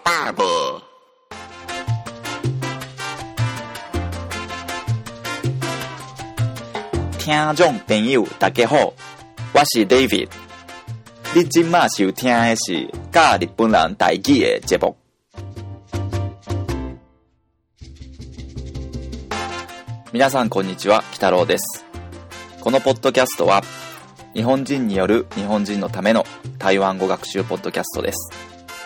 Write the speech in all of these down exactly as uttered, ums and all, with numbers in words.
barber。 听众朋友大家好，我是 David。你今麦收听的是教日本人台语的节目。皆さんこんにちは、北郎です。このポッドキャストは日本人による日本人のための台湾語学習ポッドキャストです。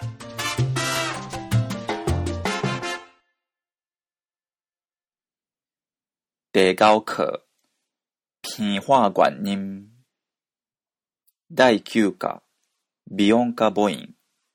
第九課偏化原因だいきゅう課美音化母音。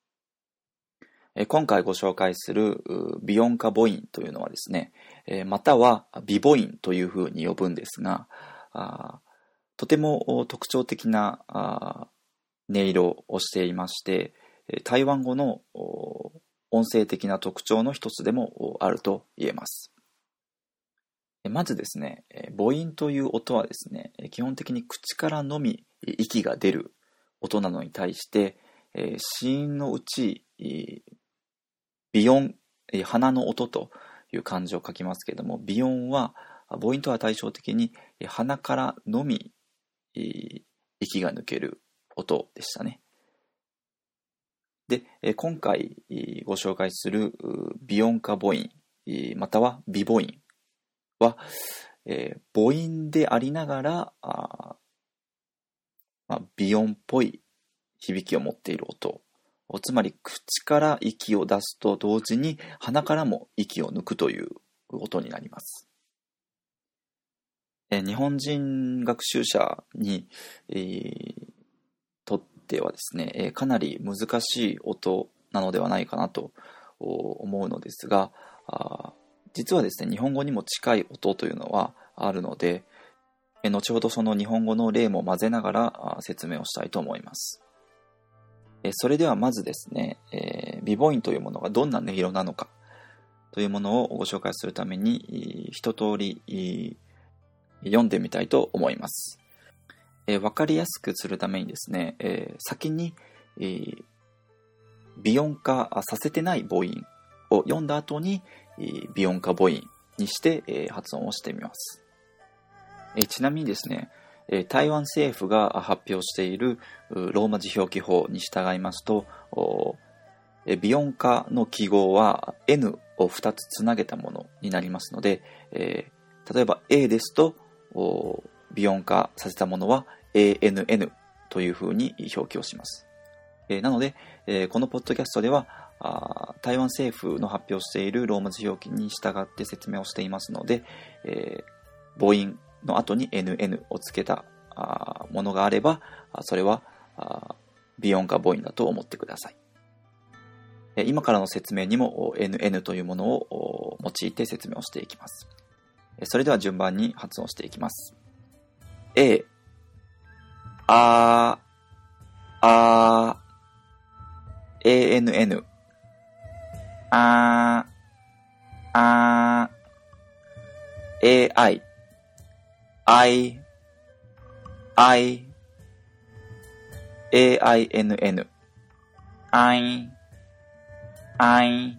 今回ご紹介する美音化母音というのはですね、または美母音というふうに呼ぶんですが、とても特徴的な音色をしていまして、台湾語の音声的な特徴の一つでもあると言えます。まずですね、母音という音はですね、基本的に口からのみ息が出る音なのに対して、子音のうち鼻音、鼻の音という漢字を書きますけれども、鼻音は母音とは対照的に鼻からのみ息が抜ける音でしたね。で、今回ご紹介する美音化母音または美母音は、えー、母音でありながらあ、まあ、美音っぽい響きを持っている音、つまり口から息を出すと同時に鼻からも息を抜くという音になります。えー、日本人学習者に、えー、とってはですね、えー、かなり難しい音なのではないかなと思うのですが、あ実はですね、日本語にも近い音というのはあるので、え後ほどその日本語の例も混ぜながら説明をしたいと思います。えそれではまずですね、えー、美母音というものがどんな音色なのかというものをご紹介するために一通り読んでみたいと思います。えー、分かりやすくするためにですね、えー、先に、えー、美音化させてない母音を読んだ後に美音化母音にして発音をしてみます。ちなみにですね、台湾政府が発表しているローマ字表記法に従いますと、美音化の記号は N をふたつつなげたものになりますので、例えば A ですと美音化させたものは エーエヌエヌ というふうに表記をします。なのでこのポッドキャストでは台湾政府の発表しているローマ字表記に従って説明をしていますので、えー、母音の後に エヌエヌ をつけたものがあれば、それは美音化母音だと思ってください。今からの説明にも エヌエヌ というものを用いて説明をしていきます。それでは順番に発音していきます。A、あ、あ、エーエヌエヌ、あ、あ、エーアイ、I、I、エーアイエヌエヌ、I、I、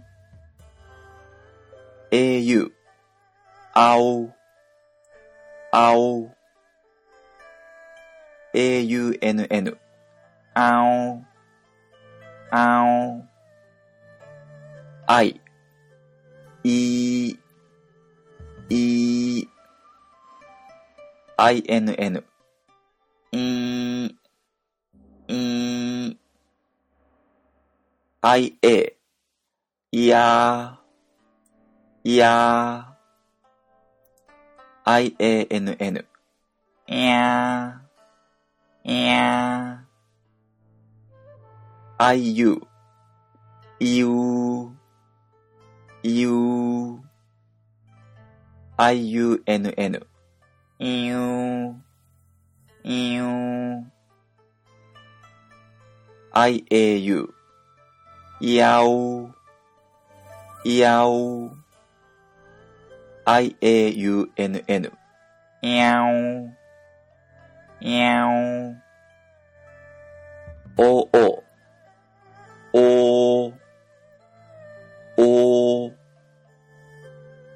エーユー、あお、あお、エーユーエヌエヌ、あお、あお、I、い、い、アイエヌエヌ、い、い、アイエー、いや、いや、アイエーエヌエヌ、いや、いや、アイユー、you、you、アイユーエヌエヌ、you、you、アイエーユー、やお、やお、アイエーユーエヌエヌ、やお、やお、おお、お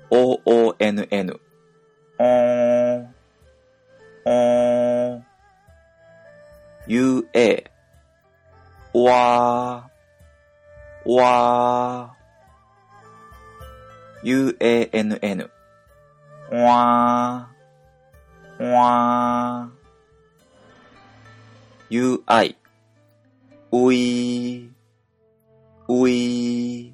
オーオーエヌエヌ、おー、おー、ユーエー、おわー、おわー、ユーエーエヌエヌ、おわー、おわー、ユーアイ、うい、うい、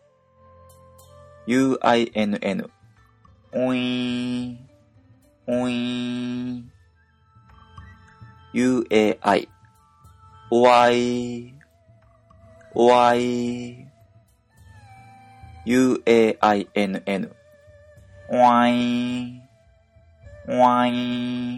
ユーアイエヌエヌ、おいー、おいー、ユーエーアイ、おわい、おわい、ユーエーアイエヌエヌ、おわい、おわい、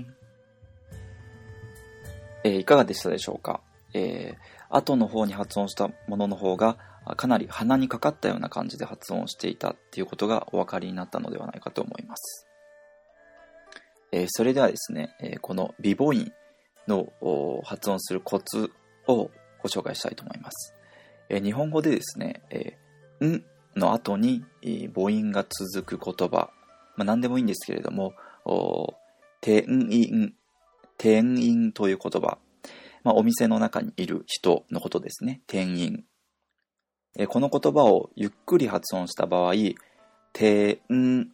えー、いかがでしたでしょうか。えー、後の方に発音したものの方がかなり鼻にかかったような感じで発音していたっていうことがお分かりになったのではないかと思います。えー、それではですね、えー、この微母音の発音するコツをご紹介したいと思います。えー、日本語でですね、えー、んの後に、えー、母音が続く言葉、まあ、何でもいいんですけれども、店員、店員という言葉、まあ、お店の中にいる人のことですね。店員。えー、この言葉をゆっくり発音した場合、店員、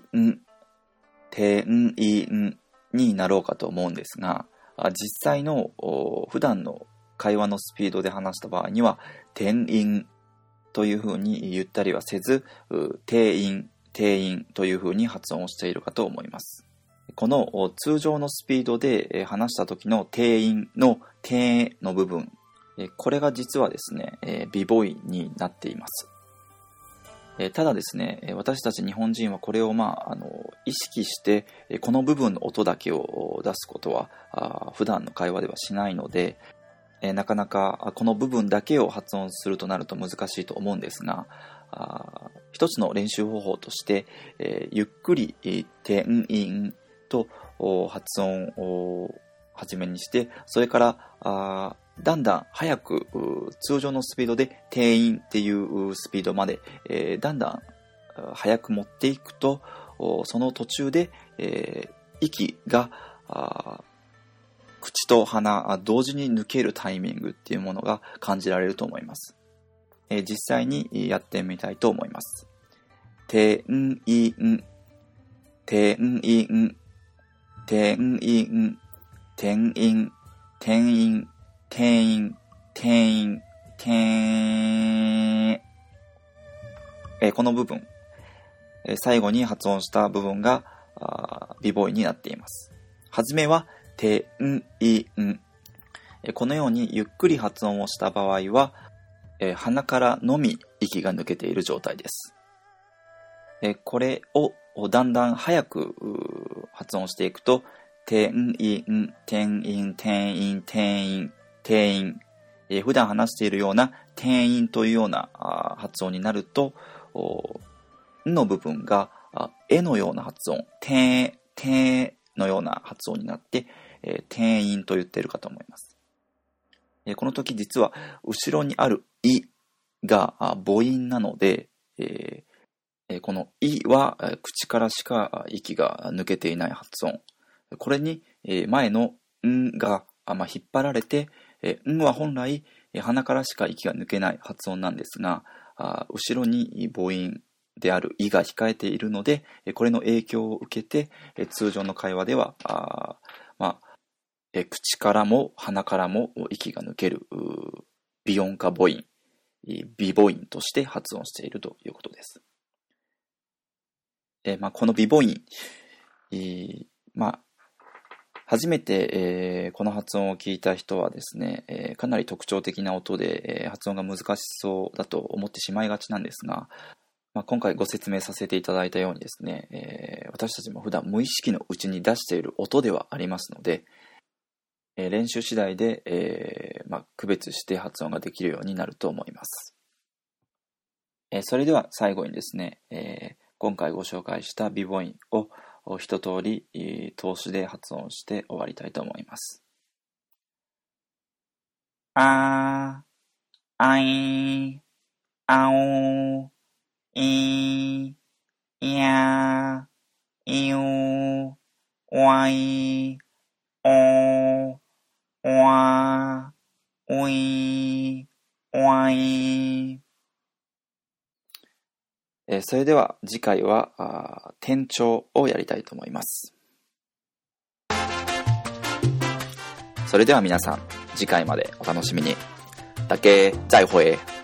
店員になろうかと思うんですが、実際の普段の会話のスピードで話した場合には、店員というふうに言ったりはせず、店員、店員というふうに発音しているかと思います。この通常のスピードで話した時の店員の店の部分、これが実はですね、微母音になっています。ただですね、私たち日本人はこれを、まあ、あの意識してこの部分の音だけを出すことは普段の会話ではしないので、なかなかこの部分だけを発音するとなると難しいと思うんですが、一つの練習方法として、ゆっくり店員と発音を始めにして、それからだんだん早く通常のスピードで店員っていうスピードまで、えー、だんだん早く持っていくと、その途中で、えー、息が口と鼻同時に抜けるタイミングっていうものが感じられると思います。えー、実際にやってみたいと思います。店員、店員、店員、店員、店員、店員、店員、店員、えー、この部分、えー、最後に発音した部分が微母音になっています。はじめは店員、えー、このようにゆっくり発音をした場合は、えー、鼻からのみ息が抜けている状態です。えー、これをだんだん早く発音していくと、店員、店員、店員、店員、店員、えー、普段話しているような店員というような発音になると、んの部分がえのような発音、て、てのような発音になって、えー、店員と言っているかと思います。えー、この時実は後ろにあるいが母音なので、えー、このいは口からしか息が抜けていない発音。これに前のんが引っ張られて、んは本来鼻からしか息が抜けない発音なんですが、後ろに母音であるいが控えているので、これの影響を受けて通常の会話では、まあ、口からも鼻からも息が抜ける微音化母音、微母音として発音しているということです。えまあ、この微母音、まあ初めて、えー、この発音を聞いた人はですね、えー、かなり特徴的な音で、えー、発音が難しそうだと思ってしまいがちなんですが、まあ、今回ご説明させていただいたようにですね、えー、私たちも普段無意識のうちに出している音ではありますので、えー、練習次第で、えーまあ、区別して発音ができるようになると思います。えー、それでは最後にですね、えー、今回ご紹介した微母音を一通り通しで発音して終わりたいと思います。あー、あい、あお、い、 いやー、いよー、わい、おー、わー、おい、わい。えー、それでは次回はあ転調をやりたいと思います。それでは皆さん次回までお楽しみに。だけ再会。